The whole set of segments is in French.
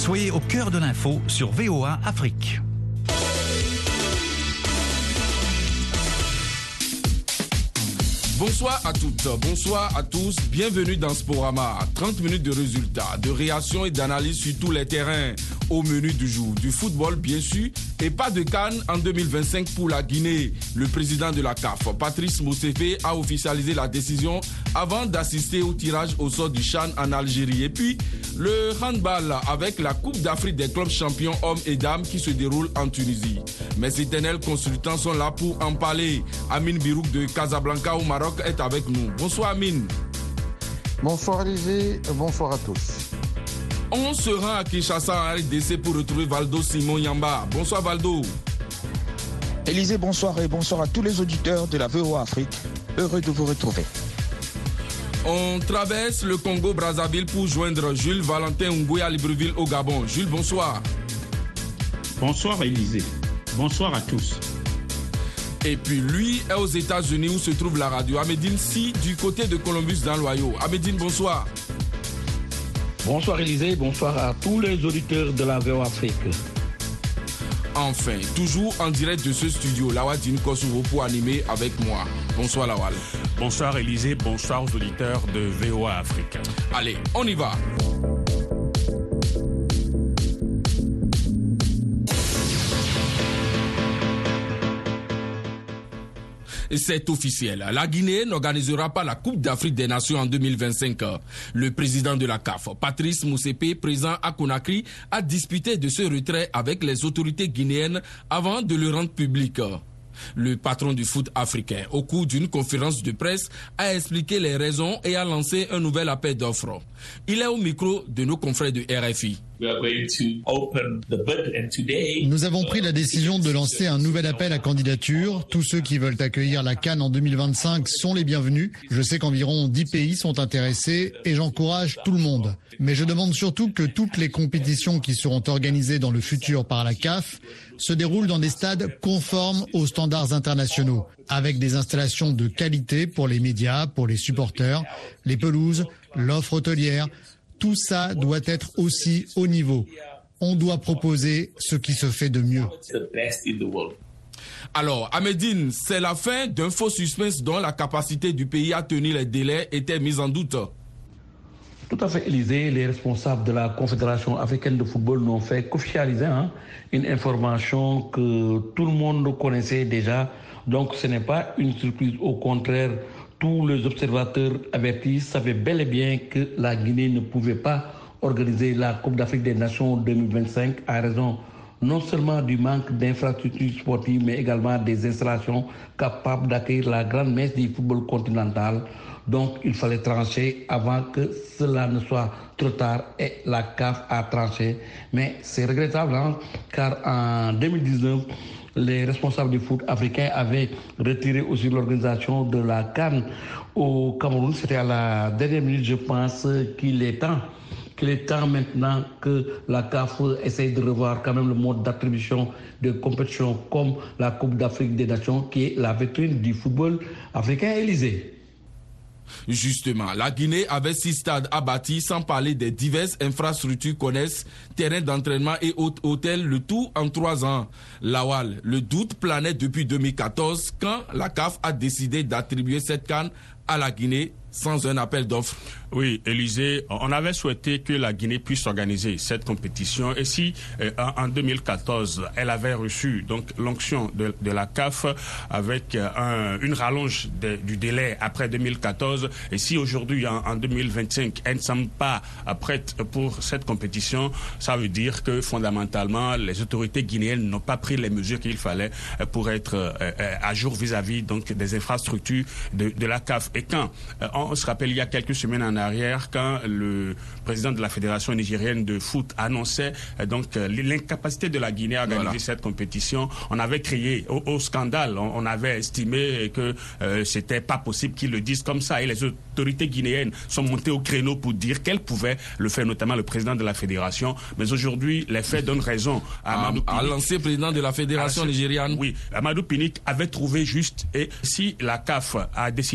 Soyez au cœur de l'info sur VOA Afrique. Bonsoir à toutes, bonsoir à tous, bienvenue dans Sporama. 30 minutes de résultats, de réactions et d'analyses sur tous les terrains. Au menu du jour, du football bien sûr, et pas de CAN en 2025 pour la Guinée. Le président de la CAF, Patrice Motsepe, a officialisé la décision avant d'assister au tirage au sort du CHAN en Algérie. Et puis, le handball avec la Coupe d'Afrique des clubs champions hommes et dames qui se déroule en Tunisie. Mes éternels consultants sont là pour en parler. Amine Birouk de Casablanca au Maroc est avec nous. Bonsoir Amine. Bonsoir Élisée, bonsoir à tous. On se rend à Kinshasa en RDC pour retrouver Valdo Simon Yamba. Bonsoir Valdo. Élisée, bonsoir et bonsoir à tous les auditeurs de la VOA Afrique. Heureux de vous retrouver. On traverse le Congo-Brazzaville pour joindre Jules Valentin Ngoué à Libreville au Gabon. Jules, bonsoir. Bonsoir Élisée. Bonsoir à tous. Et puis lui est aux États-Unis où se trouve la radio. Amédine Si du côté de Columbus dans l'Ohio. Amédine, bonsoir. Bonsoir Élisée, bonsoir à tous les auditeurs de la VOA Afrique. Enfin, toujours en direct de ce studio, Lawadine Kosovo pour animer avec moi. Bonsoir Lawal. Bonsoir Élisée, bonsoir aux auditeurs de VOA Afrique. Allez, on y va. C'est officiel. La Guinée n'organisera pas la Coupe d'Afrique des Nations en 2025. Le président de la CAF, Patrice Motsepe, présent à Conakry, a disputé de ce retrait avec les autorités guinéennes avant de le rendre public. Le patron du foot africain, au cours d'une conférence de presse, a expliqué les raisons et a lancé un nouvel appel d'offres. Il est au micro de nos confrères de RFI. Nous avons pris la décision de lancer un nouvel appel à candidature. Tous ceux qui veulent accueillir la CAN en 2025 sont les bienvenus. Je sais qu'environ 10 pays sont intéressés et j'encourage tout le monde. Mais je demande surtout que toutes les compétitions qui seront organisées dans le futur par la CAF se déroulent dans des stades conformes aux standards internationaux, avec des installations de qualité pour les médias, pour les supporters, les pelouses, l'offre hôtelière. Tout ça doit être aussi haut niveau. On doit proposer ce qui se fait de mieux. Alors, Amédine, c'est la fin d'un faux suspense dont la capacité du pays à tenir les délais était mise en doute. Tout à fait, Élisée, les responsables de la Confédération africaine de football n'ont fait qu'officialiser une information que tout le monde connaissait déjà. Donc ce n'est pas une surprise, au contraire, tous les observateurs avertis savaient bel et bien que la Guinée ne pouvait pas organiser la Coupe d'Afrique des Nations 2025 à raison non seulement du manque d'infrastructures sportives, mais également des installations capables d'accueillir la grande messe du football continental. Donc il fallait trancher avant que cela ne soit trop tard et la CAF a tranché. Mais c'est regrettable car en 2019, les responsables du foot africain avaient retiré aussi l'organisation de la CAN au Cameroun. C'était à la dernière minute, je pense qu'il est temps maintenant que la CAF essaye de revoir quand même le mode d'attribution de compétitions comme la Coupe d'Afrique des Nations qui est la vitrine du football africain. Élisée. Justement, la Guinée avait 6 stades à bâtir, sans parler des diverses infrastructures connexes, terrains d'entraînement et hôtels, le tout en 3 ans. Lawal, le doute planait depuis 2014 quand la CAF a décidé d'attribuer cette CAN à la Guinée sans un appel d'offres. Oui, Élisée, on avait souhaité que la Guinée puisse organiser cette compétition. Et si en 2014, elle avait reçu donc l'onction de la CAF avec une rallonge du délai après 2014, et si aujourd'hui, en 2025, elle ne semble pas prête pour cette compétition, ça veut dire que fondamentalement, les autorités guinéennes n'ont pas pris les mesures qu'il fallait pour être à jour vis-à-vis donc des infrastructures de la CAF. Et quand on se rappelle il y a quelques semaines en arrière, quand le président de la Fédération nigérienne de foot annonçait donc l'incapacité de la Guinée à organiser cette compétition, on avait crié au scandale. On avait estimé que c'était pas possible qu'ils le disent comme ça. Et les autorités guinéennes sont montées au créneau pour dire qu'elles pouvaient le faire, notamment le président de la Fédération. Mais aujourd'hui, les faits donnent raison à Amadou Pinnick. L'ancien président de la Fédération nigériane. Oui, Amadou Pinnick avait trouvé juste. Et si la CAF a décidé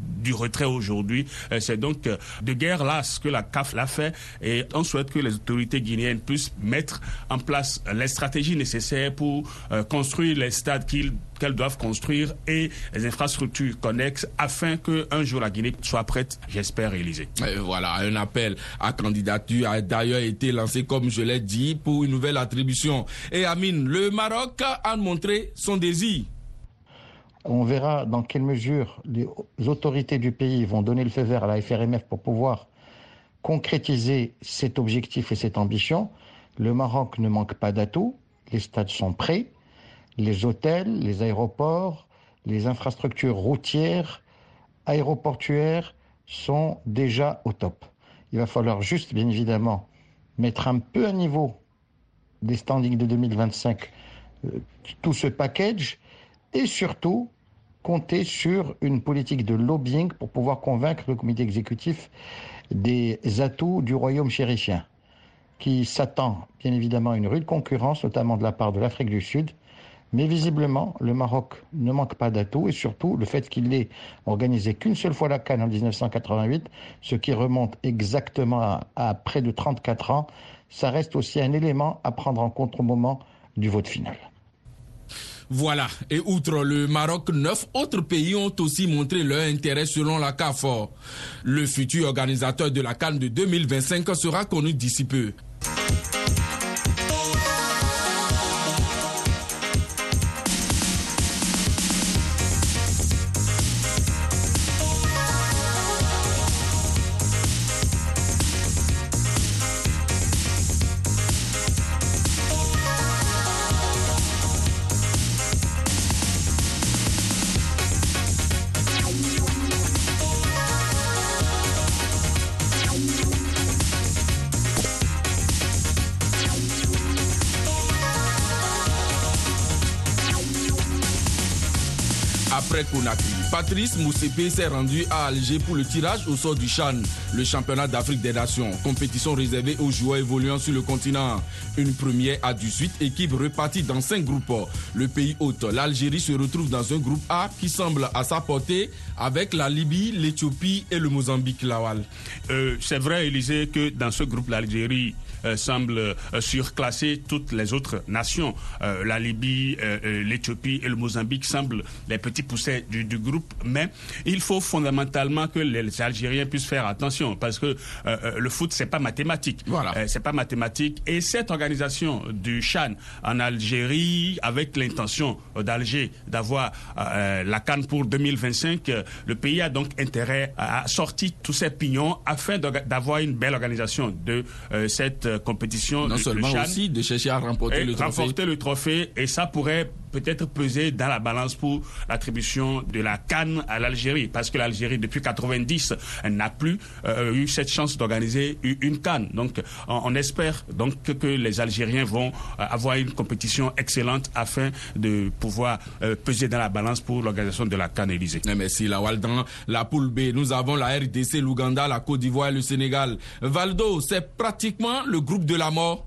du retrait aujourd'hui. C'est donc de guerre lasse que la CAF l'a fait et on souhaite que les autorités guinéennes puissent mettre en place les stratégies nécessaires pour construire les stades qu'elles doivent construire et les infrastructures connexes afin qu'un jour la Guinée soit prête, j'espère, Élysée. Voilà, un appel à candidature a d'ailleurs été lancé, comme je l'ai dit, pour une nouvelle attribution. Et Amine, le Maroc a montré son désir. On verra dans quelle mesure les autorités du pays vont donner le feu vert à la FRMF pour pouvoir concrétiser cet objectif et cette ambition. Le Maroc ne manque pas d'atouts, les stades sont prêts, les hôtels, les aéroports, les infrastructures routières, aéroportuaires sont déjà au top. Il va falloir juste, bien évidemment, mettre un peu à niveau des standings de 2025 tout ce package et surtout compter sur une politique de lobbying pour pouvoir convaincre le comité exécutif des atouts du royaume chérifien, qui s'attend bien évidemment à une rude concurrence, notamment de la part de l'Afrique du Sud. Mais visiblement, le Maroc ne manque pas d'atouts et surtout le fait qu'il n'ait organisé qu'une seule fois la CAN en 1988, ce qui remonte exactement à près de 34 ans, ça reste aussi un élément à prendre en compte au moment du vote final. Voilà, et outre le Maroc, 9 autres pays ont aussi montré leur intérêt selon la CAF. Le futur organisateur de la CAN de 2025 sera connu d'ici peu. Après Conakry, Patrice Motsepe s'est rendu à Alger pour le tirage au sort du CHAN, le championnat d'Afrique des Nations, compétition réservée aux joueurs évoluant sur le continent. Une première à 18 équipes reparties dans 5 groupes. Le pays hôte, l'Algérie, se retrouve dans un groupe A qui semble à sa portée avec la Libye, l'Éthiopie et le Mozambique. Lawal. C'est vrai, Élysée, que dans ce groupe, l'Algérie semble surclasser toutes les autres nations. La Libye, l'Éthiopie et le Mozambique semblent les petits poussets du groupe, mais il faut fondamentalement que les Algériens puissent faire attention parce que le foot, c'est pas mathématique. Voilà. C'est pas mathématique. Et cette organisation du CHAN en Algérie, avec l'intention d'Alger d'avoir la CAN pour 2025, le pays a donc intérêt à sortir tous ses pignons afin d'avoir une belle organisation de cette compétition. Non seulement aussi de chercher à remporter le trophée. Et ça pourrait peut-être peser dans la balance pour l'attribution de la CAN à l'Algérie, parce que l'Algérie depuis 90 n'a plus eu cette chance d'organiser une CAN. Donc on espère donc que les Algériens vont avoir une compétition excellente afin de pouvoir peser dans la balance pour l'organisation de la CAN, Élysée. Merci Lawal. Dans la poule B, nous avons la RDC, l'Ouganda, la Côte d'Ivoire et le Sénégal. Valdo, c'est pratiquement le groupe de la mort.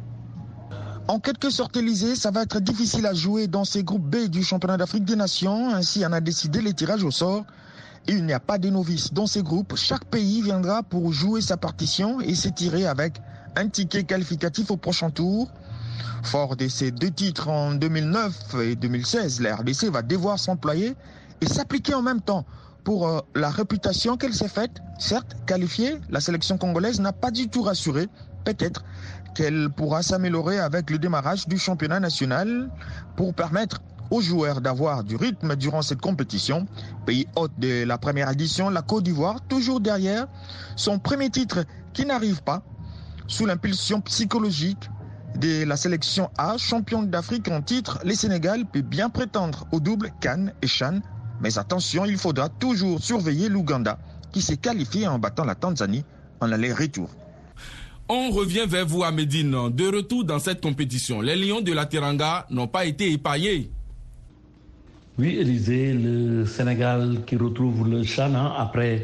En quelque sorte, Élysée, ça va être difficile à jouer dans ces groupes B du championnat d'Afrique des Nations. Ainsi en a décidé les tirages au sort. Et il n'y a pas de novices dans ces groupes. Chaque pays viendra pour jouer sa partition et s'étirer avec un ticket qualificatif au prochain tour. Fort de ces 2 titres en 2009 et 2016, la RDC va devoir s'employer et s'appliquer en même temps pour la réputation qu'elle s'est faite. Certes, qualifiée, la sélection congolaise n'a pas du tout rassuré. Peut-être qu'elle pourra s'améliorer avec le démarrage du championnat national pour permettre aux joueurs d'avoir du rythme durant cette compétition. Pays hôte de la première édition, la Côte d'Ivoire, toujours derrière son premier titre qui n'arrive pas, sous l'impulsion psychologique de la sélection A, championne d'Afrique en titre. Le Sénégal peut bien prétendre au double CAN et CHAN. Mais attention, il faudra toujours surveiller l'Ouganda qui s'est qualifié en battant la Tanzanie en aller-retour. On revient vers vous à Médine. De retour dans cette compétition, les Lions de la Teranga n'ont pas été épargnés. Oui, Élysée, le Sénégal qui retrouve le CHAN après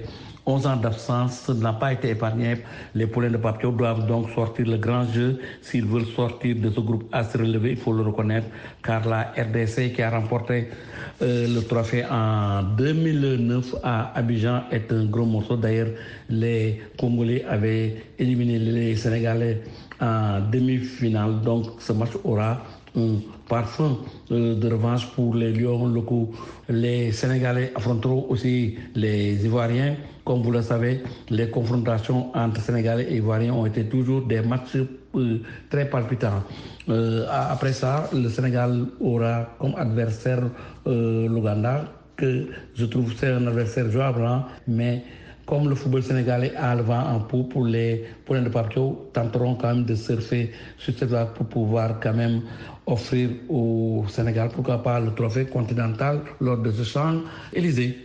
11 ans d'absence n'a pas été épargné. Les poulains de Papio doivent donc sortir le grand jeu s'ils veulent sortir de ce groupe assez relevé, il faut le reconnaître, car la RDC qui a remporté le trophée en 2009 à Abidjan est un gros morceau. D'ailleurs, les Congolais avaient éliminé les Sénégalais en demi-finale, donc ce match aura un parfum de revanche pour les Lions locaux. Les Sénégalais affronteront aussi les Ivoiriens. Comme vous le savez, les confrontations entre Sénégalais et Ivoiriens ont été toujours des matchs très palpitants. Après ça, le Sénégal aura comme adversaire l'Ouganda, que je trouve c'est un adversaire jouable, hein, mais comme le football sénégalais a le vent en poupe, pour les poulains de Papio tenteront quand même de surfer sur cette vague pour pouvoir quand même offrir au Sénégal, pourquoi pas, le trophée continental lors de ce Champs-Élysées.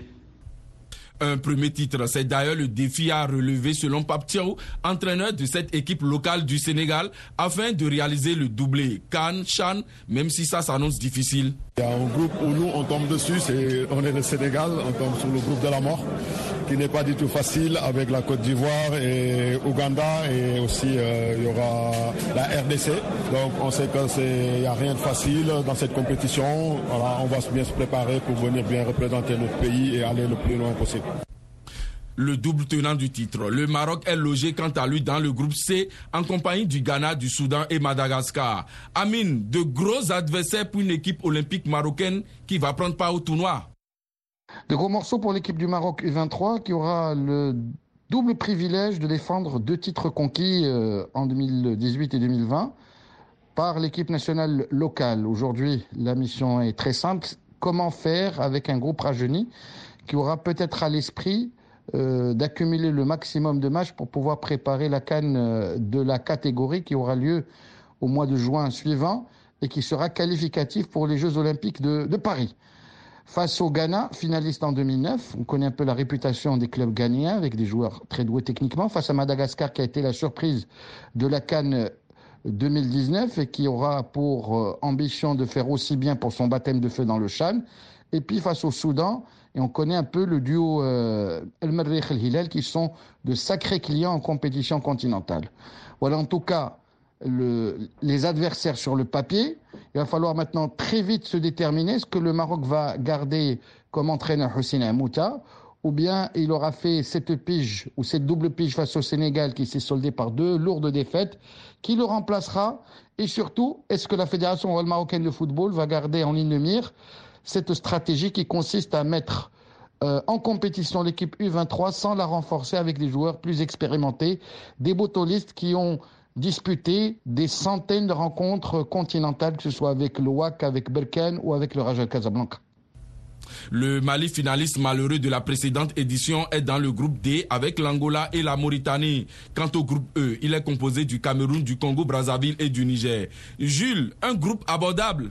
Un premier titre, c'est d'ailleurs le défi à relever selon Pape Thiaw, entraîneur de cette équipe locale du Sénégal, afin de réaliser le doublé CAN, CHAN, même si ça s'annonce difficile. Il y a un groupe où nous on tombe dessus, on est le Sénégal, on tombe sur le groupe de la mort, qui n'est pas du tout facile, avec la Côte d'Ivoire et Ouganda, et aussi il y aura la RDC. Donc on sait qu'il n'y a rien de facile dans cette compétition. Voilà, on va bien se préparer pour venir bien représenter notre pays et aller le plus loin possible. Le double tenant du titre, le Maroc est logé quant à lui dans le groupe C en compagnie du Ghana, du Soudan et Madagascar. Amine, de gros adversaires pour une équipe olympique marocaine qui va prendre part au tournoi. De gros morceaux pour l'équipe du Maroc U23 qui aura le double privilège de défendre 2 titres conquis en 2018 et 2020 par l'équipe nationale locale. Aujourd'hui, la mission est très simple. Comment faire avec un groupe rajeuni qui aura peut-être à l'esprit d'accumuler le maximum de matchs pour pouvoir préparer la CAN de la catégorie qui aura lieu au mois de juin suivant et qui sera qualificatif pour les Jeux Olympiques de Paris. Face au Ghana, finaliste en 2009, on connaît un peu la réputation des clubs ghanéens avec des joueurs très doués techniquement. Face à Madagascar qui a été la surprise de la CAN 2019 et qui aura pour ambition de faire aussi bien pour son baptême de feu dans le CHAN. Et puis face au Soudan, et on connaît un peu le duo El Merreikh El Hilal qui sont de sacrés clients en compétition continentale. Voilà en tout cas les adversaires sur le papier. Il va falloir maintenant très vite se déterminer est-ce que le Maroc va garder comme entraîneur Hossein Amouta ou bien il aura fait cette pige ou cette double pige face au Sénégal qui s'est soldée par 2 lourdes défaites, qui le remplacera et surtout est-ce que la Fédération marocaine de football va garder en ligne de mire cette stratégie qui consiste à mettre en compétition l'équipe U23 sans la renforcer avec des joueurs plus expérimentés, des botolistes qui ont disputé des centaines de rencontres continentales, que ce soit avec le WAC, avec Berkane ou avec le Raja Casablanca. Le Mali, finaliste malheureux de la précédente édition, est dans le groupe D avec l'Angola et la Mauritanie. Quant au groupe E, il est composé du Cameroun, du Congo-Brazzaville et du Niger. Jules, un groupe abordable?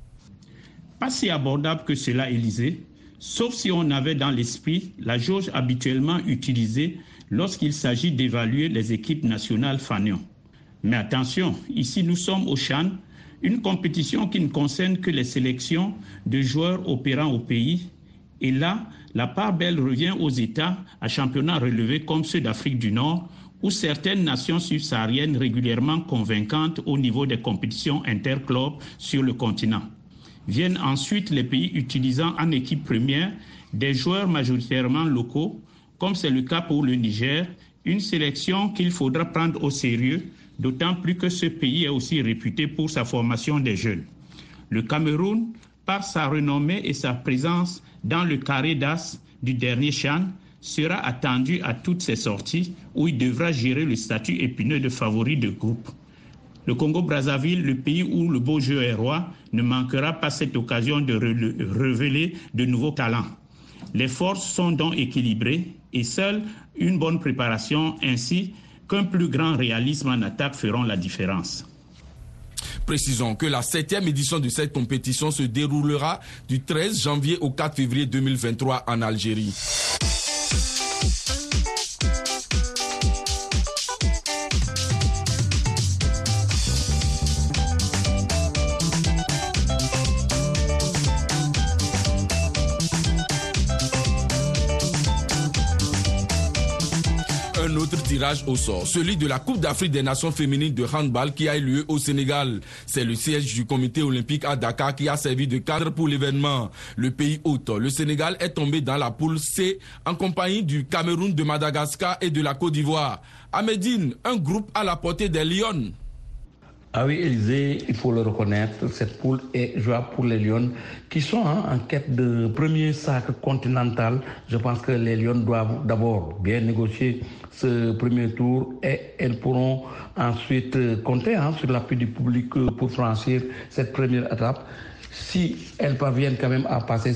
Pas si abordable que cela, Élysée, sauf si on avait dans l'esprit la jauge habituellement utilisée lorsqu'il s'agit d'évaluer les équipes nationales fanions. Mais attention, ici nous sommes au CHAN, une compétition qui ne concerne que les sélections de joueurs opérant au pays. Et là, la part belle revient aux États à championnats relevés comme ceux d'Afrique du Nord, où certaines nations subsahariennes régulièrement convaincantes au niveau des compétitions interclubs sur le continent. Viennent ensuite les pays utilisant en équipe première des joueurs majoritairement locaux, comme c'est le cas pour le Niger, une sélection qu'il faudra prendre au sérieux, d'autant plus que ce pays est aussi réputé pour sa formation des jeunes. Le Cameroun, par sa renommée et sa présence dans le carré d'as du dernier CHAN, sera attendu à toutes ses sorties où il devra gérer le statut épineux de favori de groupe. Le Congo-Brazzaville, le pays où le beau jeu est roi, ne manquera pas cette occasion de révéler de nouveaux talents. Les forces sont donc équilibrées et seule une bonne préparation ainsi qu'un plus grand réalisme en attaque feront la différence. Précisons que la 7e édition de cette compétition se déroulera du 13 janvier au 4 février 2023 en Algérie. tirage au sort, celui de la Coupe d'Afrique des Nations féminines de handball qui a eu lieu au Sénégal. C'est le siège du comité olympique à Dakar qui a servi de cadre pour l'événement. Le pays hôte, le Sénégal, est tombé dans la poule C en compagnie du Cameroun, de Madagascar et de la Côte d'Ivoire. À Médine, un groupe à la portée des Lions. Ah oui, Élysée, il faut le reconnaître, cette poule est jouable pour les Lions qui sont en quête de premier sacre continental. Je pense que les Lions doivent d'abord bien négocier ce premier tour et elles pourront ensuite compter sur l'appui du public pour franchir cette première étape. Si elles parviennent quand même à passer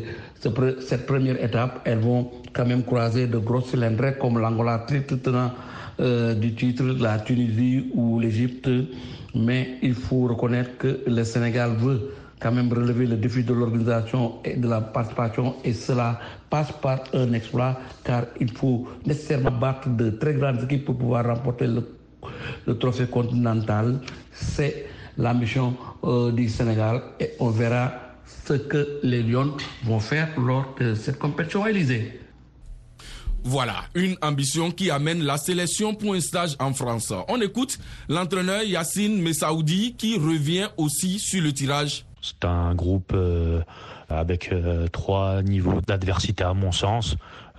cette première étape, elles vont quand même croiser de gros cylindres comme l'Angola, triple tenant du titre, la Tunisie ou l'Égypte. Mais il faut reconnaître que le Sénégal veut quand même relever le défi de l'organisation et de la participation, et cela passe par un exploit, car il faut nécessairement battre de très grandes équipes pour pouvoir remporter le trophée continental. C'est la mission du Sénégal et on verra ce que les Lions vont faire lors de cette compétition, Élysée. Voilà, une ambition qui amène la sélection pour un stage en France. On écoute l'entraîneur Yacine Messaoudi qui revient aussi sur le tirage. C'est un groupe avec 3 niveaux d'adversité à mon sens.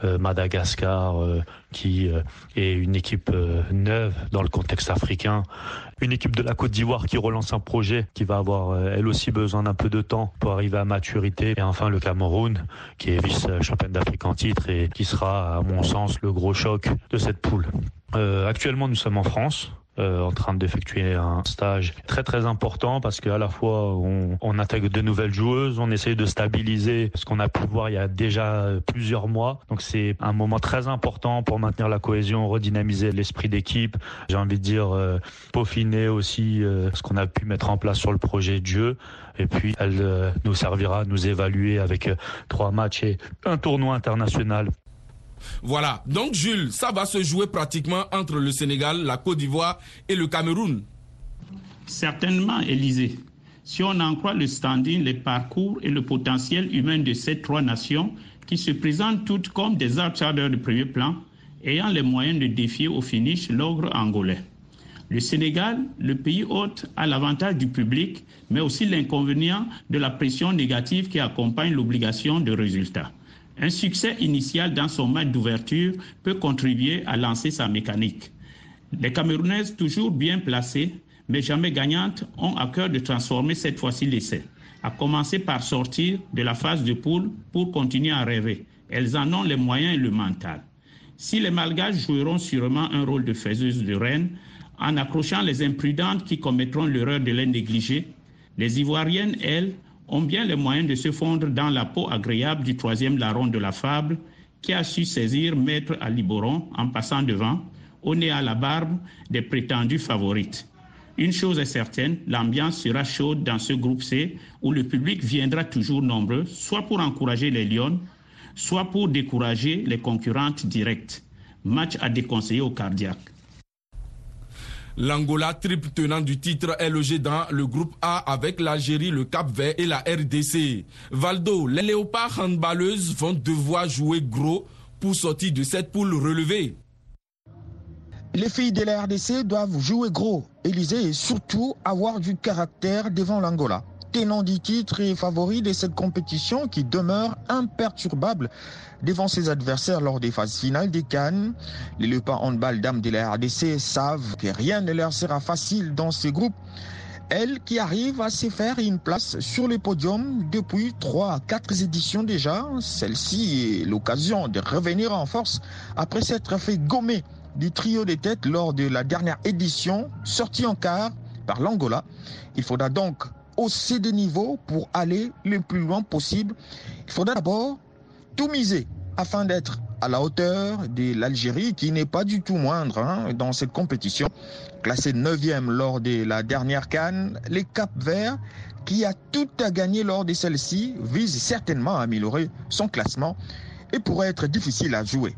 Madagascar qui est une équipe neuve dans le contexte africain. Une équipe de la Côte d'Ivoire qui relance un projet qui va avoir elle aussi besoin d'un peu de temps pour arriver à maturité. Et enfin le Cameroun qui est vice-championne d'Afrique en titre et qui sera à mon sens le gros choc de cette poule. Actuellement nous sommes en France. En train d'effectuer un stage très très important parce qu'à la fois on intègre de nouvelles joueuses, on essaye de stabiliser ce qu'on a pu voir il y a déjà plusieurs mois. Donc c'est un moment très important pour maintenir la cohésion, redynamiser l'esprit d'équipe. J'ai envie de dire peaufiner aussi ce qu'on a pu mettre en place sur le projet de jeu. Et puis elle nous servira à nous évaluer avec 3 matchs et un tournoi international. Voilà, donc Jules, ça va se jouer pratiquement entre le Sénégal, la Côte d'Ivoire et le Cameroun. Certainement, Élysée. Si on en croit le standing, les parcours et le potentiel humain de ces 3 nations qui se présentent toutes comme des outsiders de premier plan, ayant les moyens de défier au finish l'ogre angolais. Le Sénégal, le pays hôte, a l'avantage du public, mais aussi l'inconvénient de la pression négative qui accompagne l'obligation de résultat. Un succès initial dans son match d'ouverture peut contribuer à lancer sa mécanique. Les Camerounaises, toujours bien placées, mais jamais gagnantes, ont à cœur de transformer cette fois-ci l'essai, à commencer par sortir de la phase de poule pour continuer à rêver. Elles en ont les moyens et le mental. Si les Malgaches joueront sûrement un rôle de faiseuse de reine, en accrochant les imprudentes qui commettront l'erreur de les négliger, les Ivoiriennes, elles, ont bien les moyens de se fondre dans la peau agréable du 3e larron de la fable qui a su saisir Maître Aliboron en passant devant, au nez à la barbe des prétendues favorites. Une chose est certaine, l'ambiance sera chaude dans ce groupe C où le public viendra toujours nombreux, soit pour encourager les Lions, soit pour décourager les concurrentes directes. Match à déconseiller au cardiaque. L'Angola, triple tenant du titre, est logé dans le groupe A avec l'Algérie, le Cap-Vert et la RDC. Valdo, les léopards handballeuses vont devoir jouer gros pour sortir de cette poule relevée. Les filles de la RDC doivent jouer gros, Élysée, et surtout avoir du caractère devant l'Angola. Tenant du titre et favori de cette compétition qui demeure imperturbable devant ses adversaires lors des phases finales des CAN. Les léopards handball dames de la RDC savent que rien ne leur sera facile dans ces groupes. Elles qui arrivent à se faire une place sur le podium depuis 3 à 4 éditions déjà. Celle-ci est l'occasion de revenir en force après s'être fait gommer du trio de tête lors de la dernière édition, sortie en quart par l'Angola. Il faudra donc hausser de niveau pour aller le plus loin possible. Il faudra d'abord tout miser afin d'être à la hauteur de l'Algérie qui n'est pas du tout moindre dans cette compétition. Classé 9e lors de la dernière CAN, les Cap-Verts, qui a tout à gagner lors de celle-ci, vise certainement à améliorer son classement et pourrait être difficile à jouer.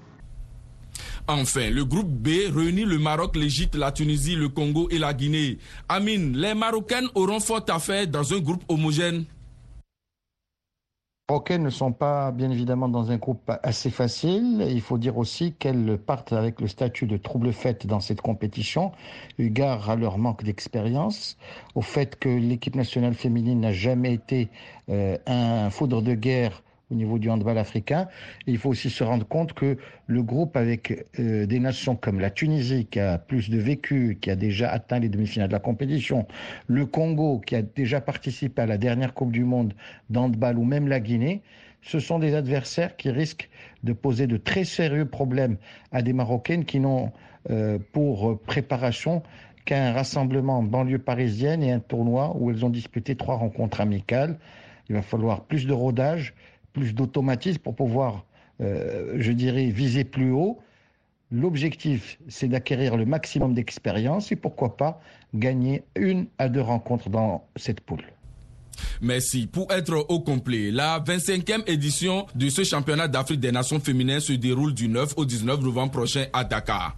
Enfin, le groupe B réunit le Maroc, l'Égypte, la Tunisie, le Congo et la Guinée. Amine, les Marocaines auront fort à faire dans un groupe homogène. Marocaines ne sont pas bien évidemment dans un groupe assez facile. Il faut dire aussi qu'elles partent avec le statut de trouble-fête dans cette compétition, eu égard à leur manque d'expérience, au fait que l'équipe nationale féminine n'a jamais été un foudre de guerre au niveau du handball africain. Et il faut aussi se rendre compte que le groupe avec des nations comme la Tunisie, qui a plus de vécu, qui a déjà atteint les demi-finales de la compétition, le Congo, qui a déjà participé à la dernière Coupe du Monde d'handball, ou même la Guinée, ce sont des adversaires qui risquent de poser de très sérieux problèmes à des Marocaines qui n'ont pour préparation qu'un rassemblement en banlieue parisienne et un tournoi où elles ont disputé 3 rencontres amicales. Il va falloir plus de rodage, plus d'automatisme pour pouvoir, viser plus haut. L'objectif, c'est d'acquérir le maximum d'expérience et pourquoi pas gagner 1 à 2 rencontres dans cette poule. Merci. Pour être au complet, la 25e édition de ce championnat d'Afrique des Nations féminines se déroule du 9 au 19 novembre prochain à Dakar.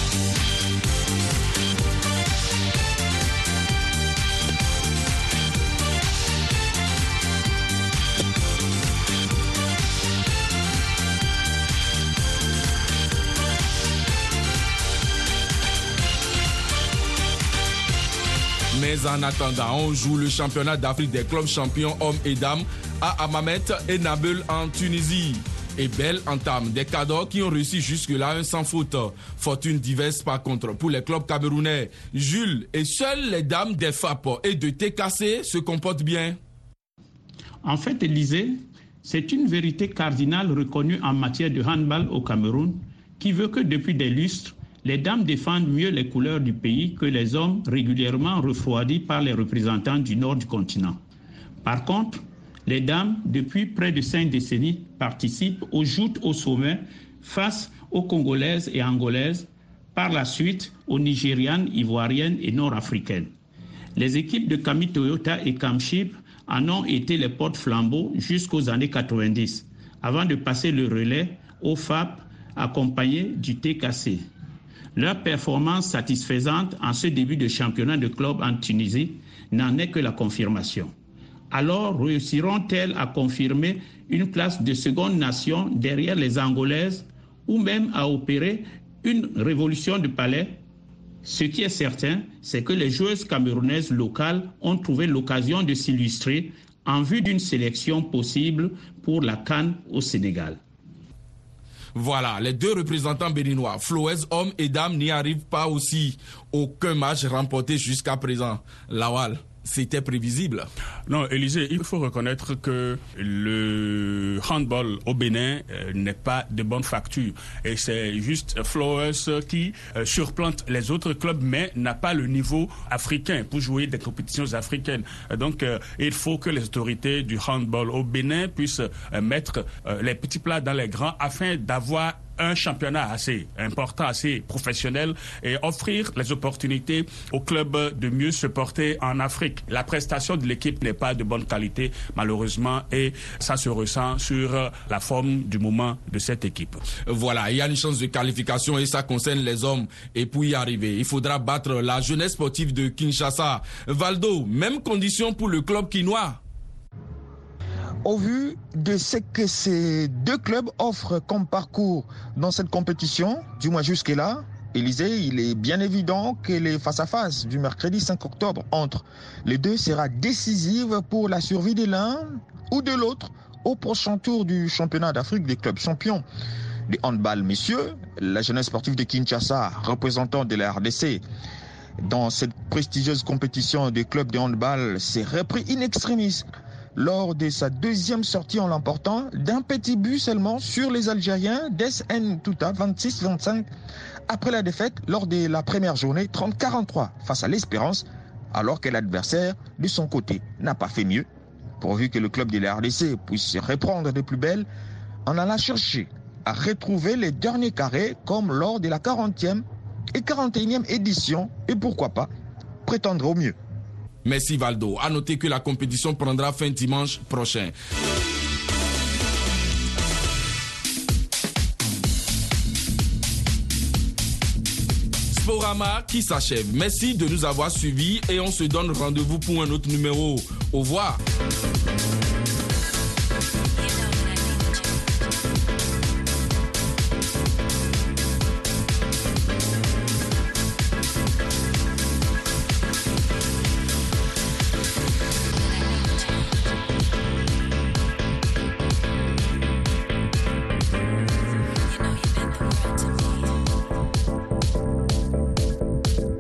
Mais en attendant, on joue le championnat d'Afrique des clubs champions hommes et dames à Hammamet et Nabeul en Tunisie. Et belle entame des cadors qui ont réussi jusque-là un sans faute. Fortune diverse par contre pour les clubs camerounais. Jules et seules les dames des FAP et de TKC se comportent bien. En fait, Élysée, c'est une vérité cardinale reconnue en matière de handball au Cameroun qui veut que depuis des lustres, les dames défendent mieux les couleurs du pays que les hommes régulièrement refroidis par les représentants du nord du continent. Par contre, les dames, depuis près de 5 décennies, participent aux joutes au sommet face aux Congolaises et Angolaises, par la suite aux Nigérianes, Ivoiriennes et Nord-Africaines. Les équipes de Kami Toyota et Kamship en ont été les porte-flambeaux jusqu'aux années 90, avant de passer le relais au FAP accompagné du TKC. Leur performance satisfaisante en ce début de championnat de club en Tunisie n'en est que la confirmation. Alors réussiront-elles à confirmer une place de seconde nation derrière les Angolaises ou même à opérer une révolution de palais? Ce qui est certain, c'est que les joueuses camerounaises locales ont trouvé l'occasion de s'illustrer en vue d'une sélection possible pour la CAN au Sénégal. Voilà, les 2 représentants béninois, Floès hommes et dames, n'y arrivent pas aussi. Aucun match remporté jusqu'à présent. Lawal, c'était prévisible. Non, Élysée, il faut reconnaître que le handball au Bénin n'est pas de bonne facture. Et c'est juste Flowers qui surplante les autres clubs, mais n'a pas le niveau africain pour jouer des compétitions africaines. Donc, il faut que les autorités du handball au Bénin puissent mettre les petits plats dans les grands afin d'avoir un championnat assez important, assez professionnel et offrir les opportunités aux clubs de mieux se porter en Afrique. La prestation de l'équipe n'est pas de bonne qualité, malheureusement, et ça se ressent sur la forme du moment de cette équipe. Voilà, il y a une chance de qualification et ça concerne les hommes. Et pour y arriver, il faudra battre la jeunesse sportive de Kinshasa. Valdo, même condition pour le club quinois. Au vu de ce que ces 2 clubs offrent comme parcours dans cette compétition, du moins jusque-là, Élysée, il est bien évident que les face-à-face du mercredi 5 octobre entre les 2 sera décisive pour la survie de l'un ou de l'autre au prochain tour du championnat d'Afrique des clubs champions. Les handball, messieurs, la jeunesse sportive de Kinshasa, représentant de la RDC, dans cette prestigieuse compétition des clubs de handball, s'est repris in extremis lors de sa 2e sortie en l'emportant d'un petit but seulement sur les Algériens d'SN Touta 26-25 après la défaite lors de la première journée 30-43 face à l'Espérance, alors que l'adversaire de son côté n'a pas fait mieux, pourvu que le club de la RDC puisse se reprendre de plus belle en allant chercher à retrouver les derniers carrés comme lors de la 40e et 41e édition et pourquoi pas prétendre au mieux. Merci Valdo. À noter que la compétition prendra fin dimanche prochain. Sporama qui s'achève. Merci de nous avoir suivis et on se donne rendez-vous pour un autre numéro. Au revoir.